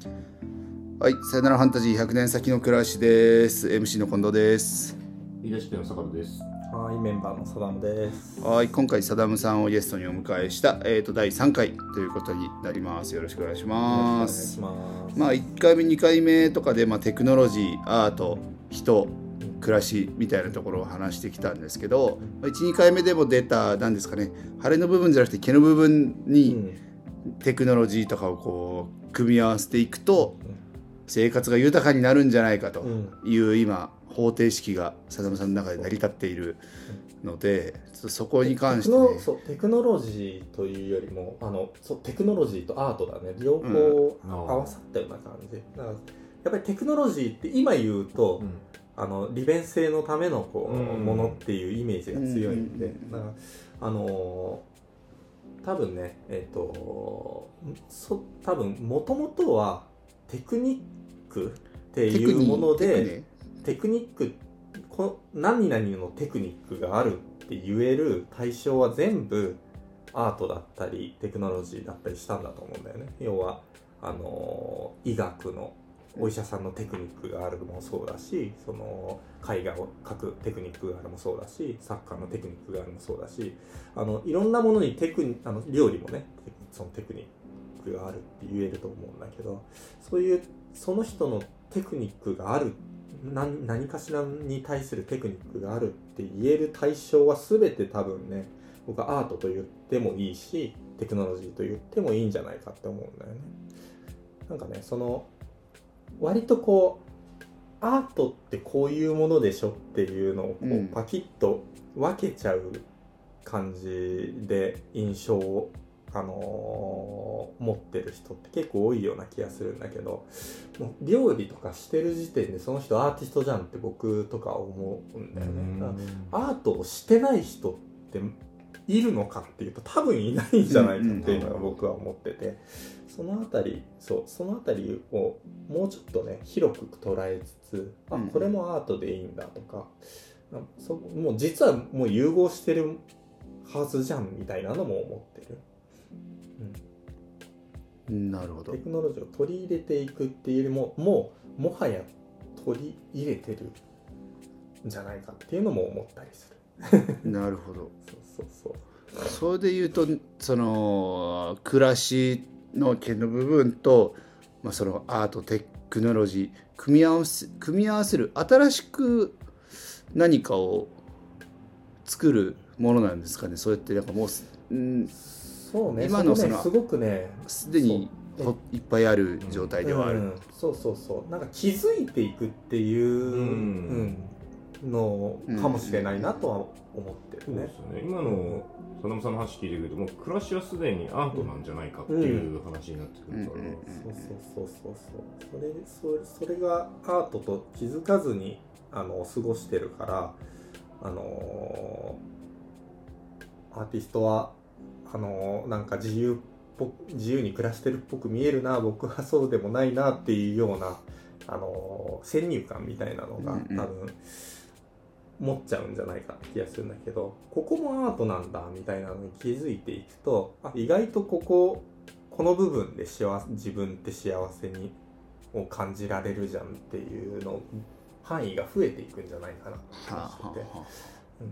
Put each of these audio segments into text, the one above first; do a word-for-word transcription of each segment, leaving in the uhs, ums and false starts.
はい、さよならファンタジーひゃくねん先の暮らしです。 エムシー の近藤です。 リーダーシップの坂田です。 はい、メンバーのサダムです。 はい、今回サダムさんをゲストにお迎えした、えー、とだいさんかいということになります。よろしくお願いします。 よろしくお願いします。 まあ、いっかいめにかいめとかで、まあ、テクノロジー、アート、人、暮らしみたいなところを話してきたんですけど、いち、にかいめでも出た何ですかね、晴れの部分じゃなくて毛の部分にテクノロジーとかをこう組み合わせていくと生活が豊かになるんじゃないかという今方程式がサダムさんの中で成り立っているので、ちょっとそこに関して、ね、 テクノ、そう、テクノロジーというよりもあのそうテクノロジーとアートだね、両方合わさったような感じ、うん、だからやっぱりテクノロジーって今言うと、うん、あの利便性のためのこう、うん、ものっていうイメージが強いんで、うん、だからあの多分ねえっ、ー、とそ多分もともとはテクニックっていうものでテクニックこ何々のテクニックがあるって言える対象は全部アートだったりテクノロジーだったりしたんだと思うんだよね。要はあの医学のお医者さんのテクニックがあるもそうだし、その絵画を描くテクニックがあるもそうだし、サッカーのテクニックがあるもそうだし、あのいろんなものにテクニあの料理もねそのテクニックがあるって言えると思うんだけど、そういうその人のテクニックがある 何, 何かしらに対するテクニックがあるって言える対象は全て多分ね、僕はアートと言ってもいいしテクノロジーと言ってもいいんじゃないかって思うんだよね。なんかね、その割とこうアートってこういうものでしょっていうのをこうパキッと分けちゃう感じで印象を、あのー、持ってる人って結構多いような気がするんだけど、もう料理とかしてる時点でその人アーティストじゃんって僕とか思うんだよね。だからアートをしてない人っているのかっていうと多分いないんじゃないかっていうのが僕は思ってて、そのあたりそうそのあたりをもうちょっとね広く捉えつつ、あこれもアートでいいんだとか、そもう実はもう融合してるはずじゃんみたいなのも思ってる。 うん、なるほど。 テクノロジーを取り入れていくっていうよりももうもはや取り入れてるんじゃないかっていうのも思ったりする。なるほど。 そうそうそう。 それで言うとその暮らしの毛の部分と、まあ、そのアートテクノロジー組み合わせ組み合わせる新しく何かを作るものなんですかね。そうやってなんかもう、うん、 そうね、 今のそのすごくねすでにいっぱいある状態ではある、 うんうん、そうそうそう、なんか気づいていくっていう、うんうん、のかもしれないなとは思ってるね。 そうですね、今のサダムさんの話聞いてくるともう暮らしはすでにアートなんじゃないかっていう話になってくるから、 そうそうそうそうそう、それそれそれがアートと気づかずにあの過ごしてるから、あのー、アーティストはあのー、なんか自由っぽ自由に暮らしてるっぽく見えるな、僕はそうでもないなっていうような、あのー、先入観みたいなのが多分持っちゃうんじゃないかって気がするんだけど、ここもアートなんだみたいなのに気づいていくと、あ意外とこここの部分で幸せ自分って幸せにを感じられるじゃんっていうの範囲が増えていくんじゃないかなって気がしてて、うん、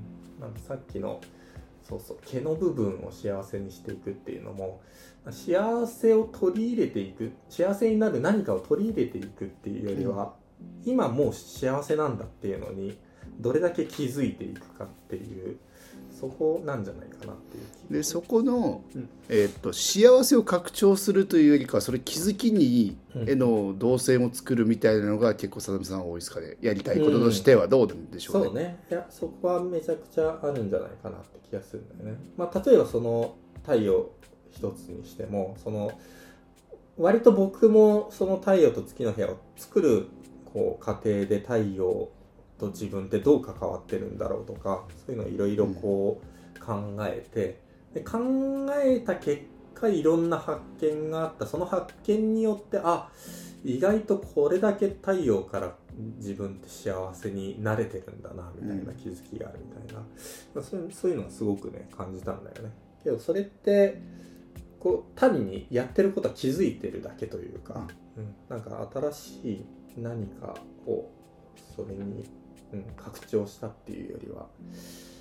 なんかさっきのそうそう毛の部分を幸せにしていくっていうのも、幸せを取り入れていく、幸せになる何かを取り入れていくっていうよりは、うん、今もう幸せなんだっていうのにどれだけ気づいていくかっていう、そこなんじゃないかなっていう気で、そこの、うんえー、と幸せを拡張するというよりかはそれ気づきにへの動線を作るみたいなのが結構サダムさんは多いですかね。やりたいこととしてはどうなんでしょうね。 うん、そうね、いやそこはめちゃくちゃあるんじゃないかなって気がするんだよね。まあ、例えばその太陽一つにしても、その割と僕もその太陽と月の部屋を作るこう過程で太陽と自分ってどう関わってるんだろうとか、そういうのをいろいろこう考えて、で考えた結果いろんな発見があった。その発見によって、あ意外とこれだけ太陽から自分って幸せに慣れてるんだなみたいな気づきがあるみたいな、うん、そういう、そういうのはすごくね感じたんだよね。けどそれってこう単にやってることは気づいてるだけというか、うん、なんか新しい何かをそれに、うん、拡張したっていうよりは、うん、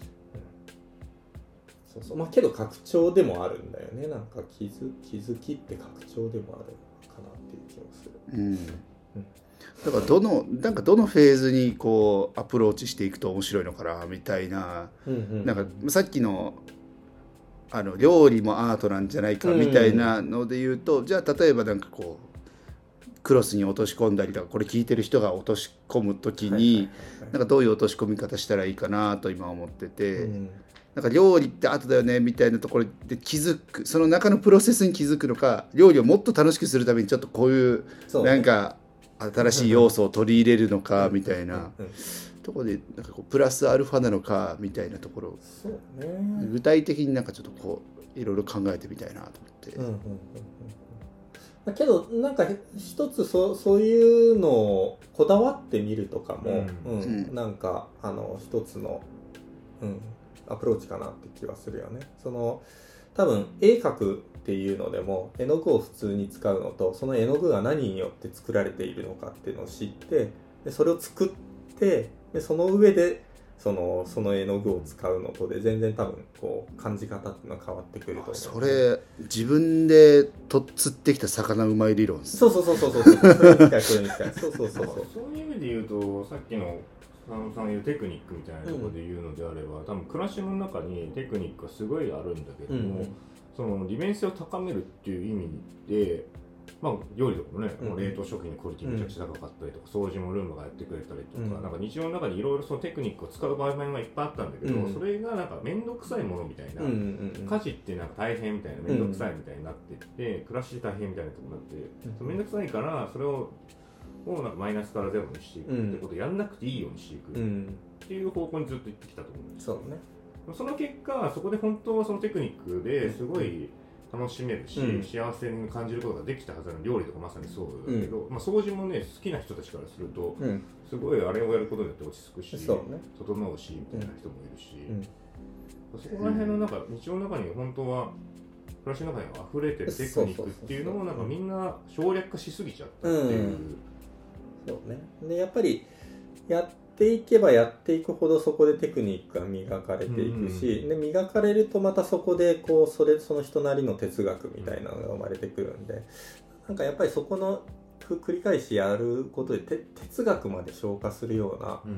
そうそうまあけど拡張でもあるんだよね。なんか気づ気づきって拡張でもあるかなっていう気もする。 うん、うん、だからどのなんかどのフェーズにこうアプローチしていくと面白いのかなみたいな、うんうん、なんかさっきのあの料理もアートなんじゃないかみたいなので言うと、うん、じゃあ例えばなんかこうクロスに落とし込んだりとか、これ聞いてる人が落とし込むときになんかどういう落とし込み方したらいいかなと今思ってて、うん、なんか料理ってアートだよねみたいなところで気づく、その中のプロセスに気づくのか、料理をもっと楽しくするためにちょっとこういうなんか新しい要素を取り入れるのかみたいなところで、なんかこうプラスアルファなのかみたいなところ、 そうね、 具体的になんかちょっとこういろいろ考えてみたいなと思って、うんうんうんうん、けどなんか一つ そ, そういうのをこだわってみるとかも、うんうん、なんかあの一つの、うん、アプローチかなって気はするよね。その多分絵描くっていうのでも絵の具を普通に使うのと、その絵の具が何によって作られているのかっていうのを知って、でそれを作ってでその上でそのその絵の具を使うのとで全然多分こう感じ方っていうのは変わってくると思う。 それ自分でと釣ってきた魚うまい理論です。 そうそうそうそうそうそうそれに近いそれに近いそうそうそうそうそういう意味で言うと、さっきの佐野さん言うテクニックみたいなところで言うのであれば、うん、多分暮らしの中にテクニックがすごいあるんだけども、うん、その利便性を高めるっていう意味で、まあ、料理とかもね、うん、もう冷凍食品のクオリティめちゃくちゃ高かったりとか、掃除もルンバがやってくれたりとか、うん、なんか日常の中にいろいろそのテクニックを使う場面がいっぱいあったんだけど、うん、それがなんか面倒くさいものみたいな、うんうんうん、家事ってなんか大変みたいな、面倒くさいみたいになってって、うん、暮らし大変みたいなところになって、うん、面倒くさいからそれををなんかマイナスからゼロにしていくってことをやんなくていいようにしていくっていう方向にずっと行ってきたと思うんです。 そうね。 その結果、そこで本当はそのテクニックですごい楽しめるし、うん、幸せに感じることができたはずの料理とかまさにそうだけど、うん、まあ、掃除もね、好きな人たちからすると、うん、すごいあれをやることによって落ち着くし、ね、整うしみたいな人もいるし、うん、そこら辺のなんか日常の中に本当は暮らしの中に溢れてるテクニックっていうのをなんかみんな省略化しすぎちゃったっていう。 そうね。でやっぱりやっていけばやっていくほどそこでテクニックが磨かれていくし、うん、で磨かれるとまたそこでこうそれその人なりの哲学みたいなのが生まれてくるんで、なんかやっぱりそこの繰り返しやることでて哲学まで消化するような、うん、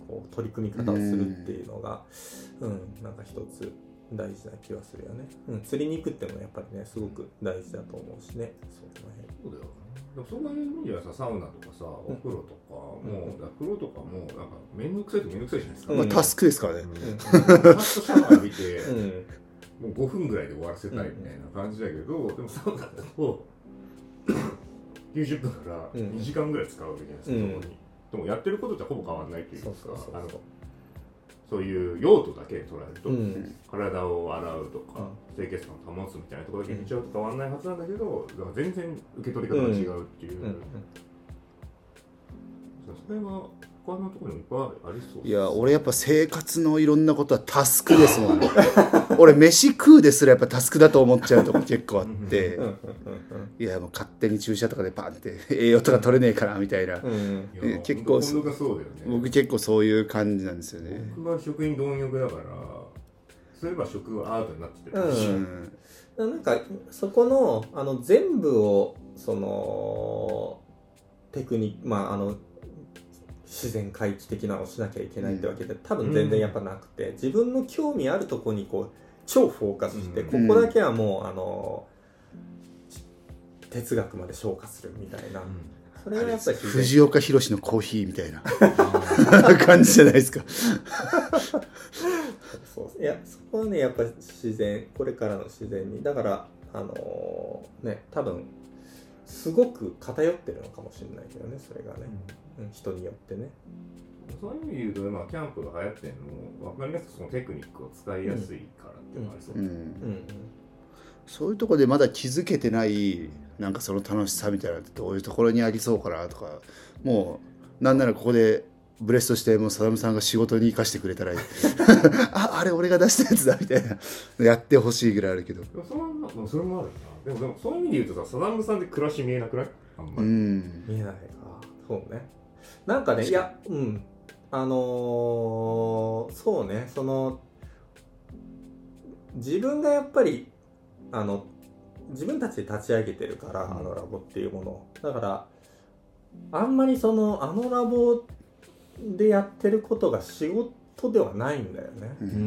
こう取り組み方をするっていうのが、うん、うん、なんか一つ大事な気はするよね。うん、釣りに行くっていうのはやっぱりねすごく大事だと思うしね。その辺。 そうだよ。でもそういう意味ではさ、サウナとかさ、お風呂とかも、うん、風呂とかもなんか面倒くさいと面倒くさいじゃないですか。 まあ、タスクですからね。 うん、ちゃんとシャワー浴びて、うん、もうごふんぐらいで終わらせたいみたいな感じだけど、うん、でもサウナだときゅうじゅっぷんからにじかんぐらい使うわけじゃないですか、うん、そこに。でもやってることじゃほぼ変わらないというか、そういう用途だけ捉えると、うん、体を洗うとか、うん、清潔感を保つみたいなところだけ見ちゃうと変わらないはずなんだけど、だから全然受け取り方が違うっていう、うんうんうん、それは他のところにもいっぱいありそうです。 いや俺やっぱ生活のいろんなことはタスクですもんね俺飯食うですらやっぱタスクだと思っちゃうとこ結構あっていやもう勝手に注射とかでパンって栄養とか取れねえからみたいな、うん、結構そうだよね。 僕結構そういう感じなんですよね。 僕は食品貪欲だからそういえば食はアートになってるし、 うん、なんかそこのあの全部をそのテクニックまああの自然回帰的なのをしなきゃいけないってわけで、うん、多分全然やっぱなくて、自分の興味あるところにこう超フォーカスして、うん、ここだけはもうあの哲学まで昇華するみたいな、うん、それがやっぱり藤岡弘のコーヒーみたいな感じじゃないですかそういやそこはねやっぱり自然これからの自然にだからあのー、ね多分すごく偏ってるのかもしれないけどねそれがね、うん、人によってね。 そういう意味で言うと、まあ、キャンプが流行ってるのも分かりやすくそのテクニックを使いやすいからっていうのがありそうですね、うんうんうん、 そういうところでまだ気づけてないなんかその楽しさみたいなのってどういうところにありそうかなとか、もうなんならここでブレストしてもうサダムさんが仕事に生かしてくれたらああれ俺が出したやつだみたいなやってほしいぐらいあるけど、 それもそれもあるな。 でもでもそういう意味で言うとさ、サダムさんって暮らし見えなくない？あんまり。 うん、 見えないか。そうね。なんかね、いや、うん。あのー、そうね、その、自分がやっぱり、あの、自分たちで立ち上げてるから、うん、あのラボっていうものを。だから、あんまりその、あのラボでやってることが仕事ではないんだよね。うん。うん、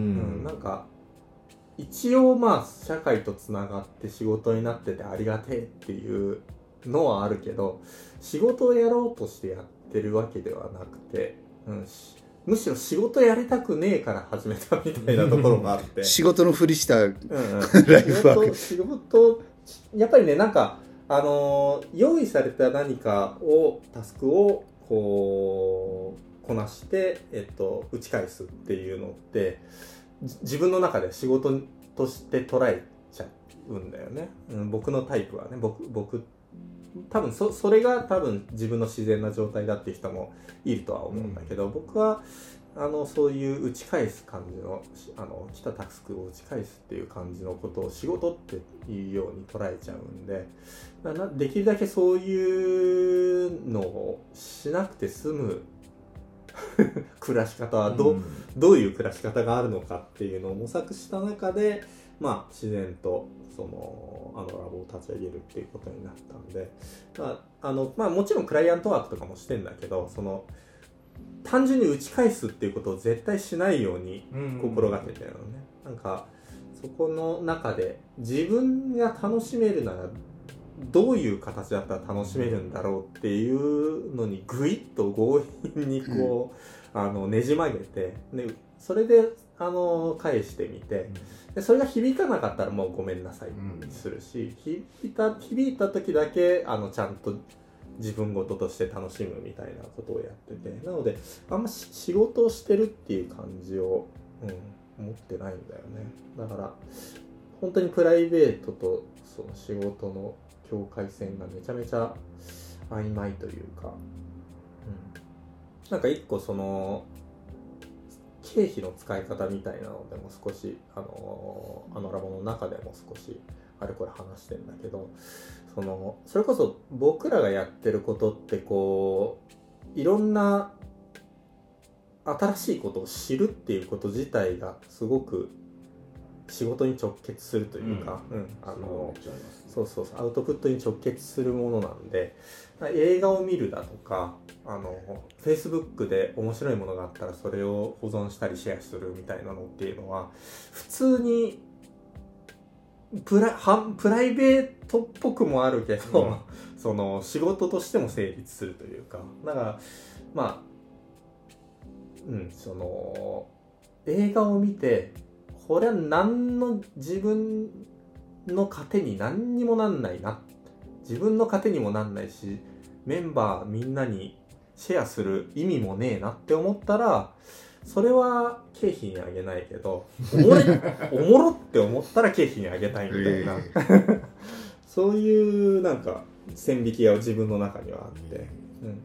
なんか、一応まあ、社会とつながって仕事になっててありがてえっていうのはあるけど、仕事をやろうとしてやってるわけではなくて、うん、むしろ仕事やりたくねえから始めたみたいなところがあって仕事のふりしたうん、うん、ライフワーク仕事やっぱりねなんかあのー、用意された何かをタスクをこうこなして、えっと、打ち返すっていうのって自分の中で仕事として捉えちゃうんだよね、うん、僕のタイプはね僕僕多分 そ, それが多分自分の自然な状態だっていう人もいるとは思うんだけど、うん、僕はあのそういう打ち返す感じのあの来たタスクを打ち返すっていう感じのことを仕事っていうように捉えちゃうんでなできるだけそういうのをしなくて済む暮らし方は ど,、うん、どういう暮らし方があるのかっていうのを模索した中で、まあ、自然とそのあのラボを立ち上げるっていうことになったんで、まああのまあ、もちろんクライアントワークとかもしてんだけどその単純に打ち返すっていうことを絶対しないように心がけてるのね、うんうん、なんかそこの中で自分が楽しめるならどういう形だったら楽しめるんだろうっていうのにグイッと強引にこう、うん、あのねじ曲げて、ね、それであの返してみて、うん、でそれが響かなかったらもうごめんなさいにするし、うん、響いた、響いた時だけあのちゃんと自分事として楽しむみたいなことをやっててなのであんま仕事をしてるっていう感じを、うん、持ってないんだよね。だから本当にプライベートとその仕事の境界線がめちゃめちゃ曖昧というか、うん、なんか一個その経費の使い方みたいなのでも少しあのあのラボの中でも少しあれこれ話してんだけどそのそれこそ僕らがやってることってこういろんな新しいことを知るっていうこと自体がすごく仕事に直結するというか、うんうん、あのそうそうそうアウトプットに直結するものなんで映画を見るだとかあの Facebook で面白いものがあったらそれを保存したりシェアするみたいなのっていうのは普通にプラ、プライベートっぽくもあるけど、うん、その仕事としても成立するというかだからまあうんその映画を見てこれは何の自分の糧に何にもなんないな自分の糧にもなんないしメンバーみんなにシェアする意味もねえなって思ったらそれは経費にあげないけどおもれおもろって思ったら経費にあげたいみたいな、えー、そういうなんか線引きが自分の中にはあって、うんうん、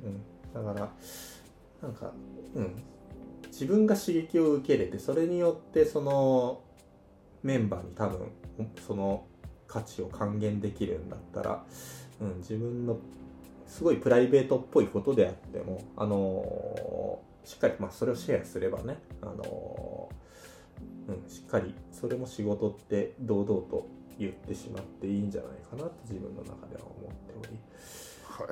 だからなんかうん自分が刺激を受けれてそれによってそのメンバーに多分その価値を還元できるんだったら、うん、自分のすごいプライベートっぽいことであってもあのー、しっかり、まあ、それをシェアすればね、あのーうん、しっかりそれも仕事って堂々と言ってしまっていいんじゃないかなと自分の中では思っており、はい。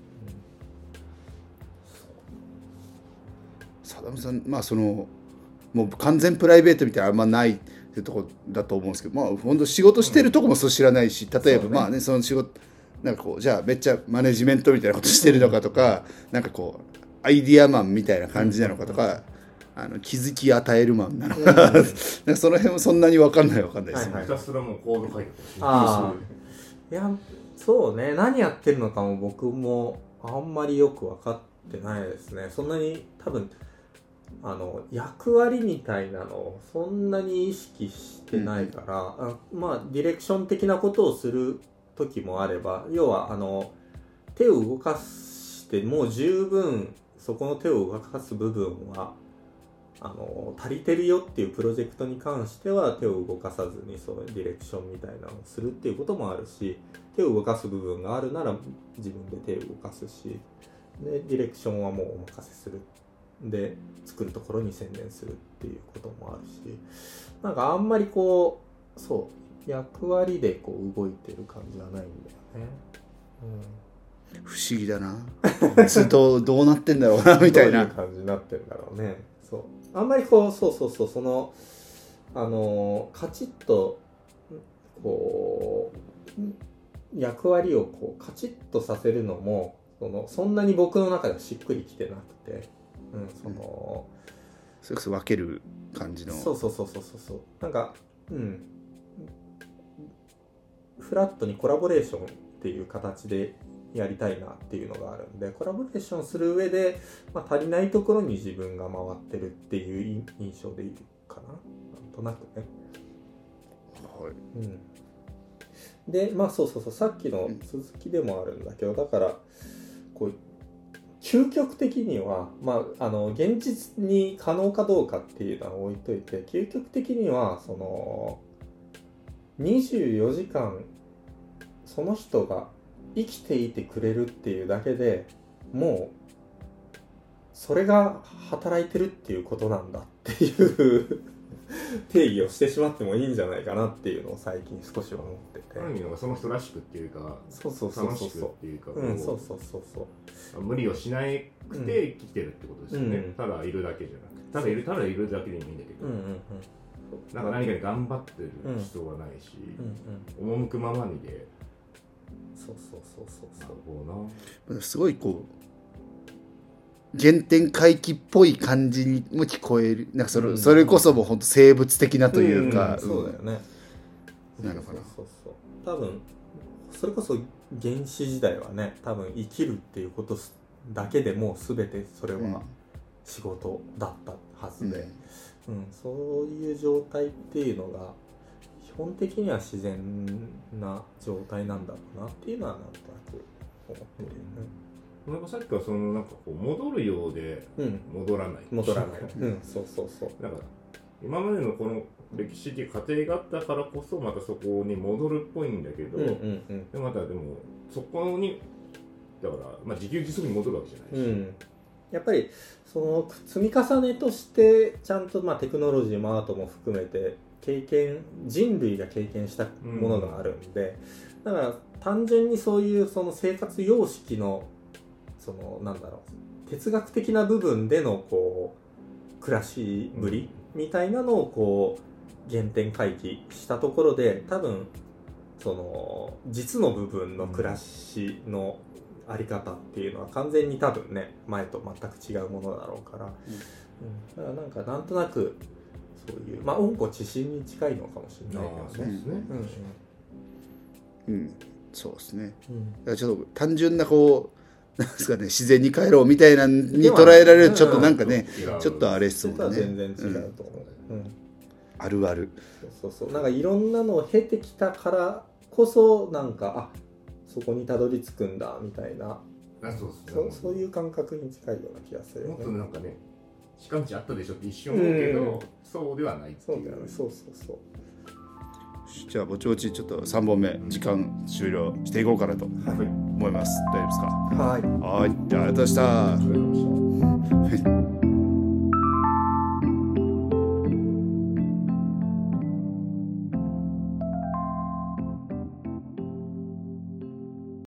サダムさん、まあそのもう完全プライベートみたいなあんまないっていうところだと思うんですけど、まあ本当仕事してるとこもそう知らないし、例えばまあねその仕事なんかこうじゃあめっちゃマネジメントみたいなことしてるのかとか、なんかこうアイディアマンみたいな感じなのかとか、あの気づき与えるマンなのか、なんかその辺もそんなに分かんない分かんないですね。 ひたすらもうコード書いてる。 ああ、いやそうね何やってるのかも僕もあんまりよく分かってないですね。そんなに多分あの役割みたいなのをそんなに意識してないから、うん、あまあディレクション的なことをする時もあれば要はあの手を動かしてもう十分そこの手を動かす部分はあの足りてるよっていうプロジェクトに関しては手を動かさずにそういうディレクションみたいなのをするっていうこともあるし、手を動かす部分があるなら自分で手を動かすし、でディレクションはもうお任せする、で作るところに専念するっていうこともあるし、なんかあんまりこうそう役割でこう動いてる感じはないんだよね。 うん、不思議だなずっとどうなってんだろうなみたいなどういう感じになってんだろうね。そうあんまりこうそうそうそうそのあのカチッとこう役割をこうカチッとさせるのもそのそんなに僕の中ではしっくりきてなくて、うん、その、うん、 それこそ分ける感じのそうそうそうそうそうなんかうんフラットにコラボレーションっていう形でやりたいなっていうのがあるんで、コラボレーションする上で、まあ、足りないところに自分が回ってるっていう印象でいるかな、なんとなくね。 はい。 うん。で、まあそうそうそう、さっきの続きでもあるんだけど、だからこう究極的には、まああの現実に可能かどうかっていうのは置いといて、究極的にはそのにじゅうよじかんその人が生きていてくれるっていうだけでもうそれが働いてるっていうことなんだっていう定義をしてしまってもいいんじゃないかなっていうのを最近少し思ってて、 何のその人らしくっていうか、 そうそうそうそう、 楽しくっていうか、 うん、そうそうそうそう無理をしなくて生きてるってことですよね、うん、ただいるだけじゃなくて、ただいるただいるだけでもいいんだけど、うんうんうん、なんか何かに頑張ってる必要はないし、うんうんうん、赴くままにで、 そうそうそうそうそうな、すごいこう原点回帰っぽい感じにも聞こえる、なんかそれ、うん、それこそもう本当生物的なというか、 うんうん、そうだよね、 なのかな。 そうそうそう多分それこそ原始時代はね、多分生きるっていうことだけでもう全てそれは仕事だったはずで、うんうん、そういう状態っていうのが基本的には自然な状態なんだろうなっていうのはなんとなく思ってるよね。 なんかさっきからそのなんかこう戻るようで戻らない、 うん、戻らない、うん、そうそうそう。 なんか今までのこの歴史的過程があったからこそまたそこに戻るっぽいんだけど、うんうんうん、でまたでもそこにだからまあ自給自足に戻るわけじゃないし、うん、 やっぱりその積み重ねとしてちゃんとまあテクノロジーもアートも含めて経験人類が経験したものがあるんで、うん、だから単純にそういうその生活様式のそのなんだろう哲学的な部分でのこう暮らしぶりみたいなのをこう原点回帰したところで多分その実の部分の暮らしのあり方っていうのは完全に多分ね前と全く違うものだろうから、うんうん、だからなんかなんとなくそういうまあ温故知新に近いのかもしれないけどね。 うん、うん、そうですね。うん、だからちょっと単純なこうなんですかね、自然に帰ろうみたいなに捉えられるちょっとなんかね、ちょっとあれですもんね。 全然違うと思う。うん、 あるある。 そうそうそう。なんかいろんなのを経てきたからこそなんかあそこにたどり着くんだみたいな。 あそうそう。そういう感覚に近いような気がするよね。 もっとなんかね、近道あったでしょって一瞬思うけど、うん、そうではないっていう。 そうだよね。そうそうそう。 じゃあぼちぼちちょっとさんぼんめ時間終了していこうかなと思います。大丈夫ですか？ はい。 はい。じゃあありがとうございました。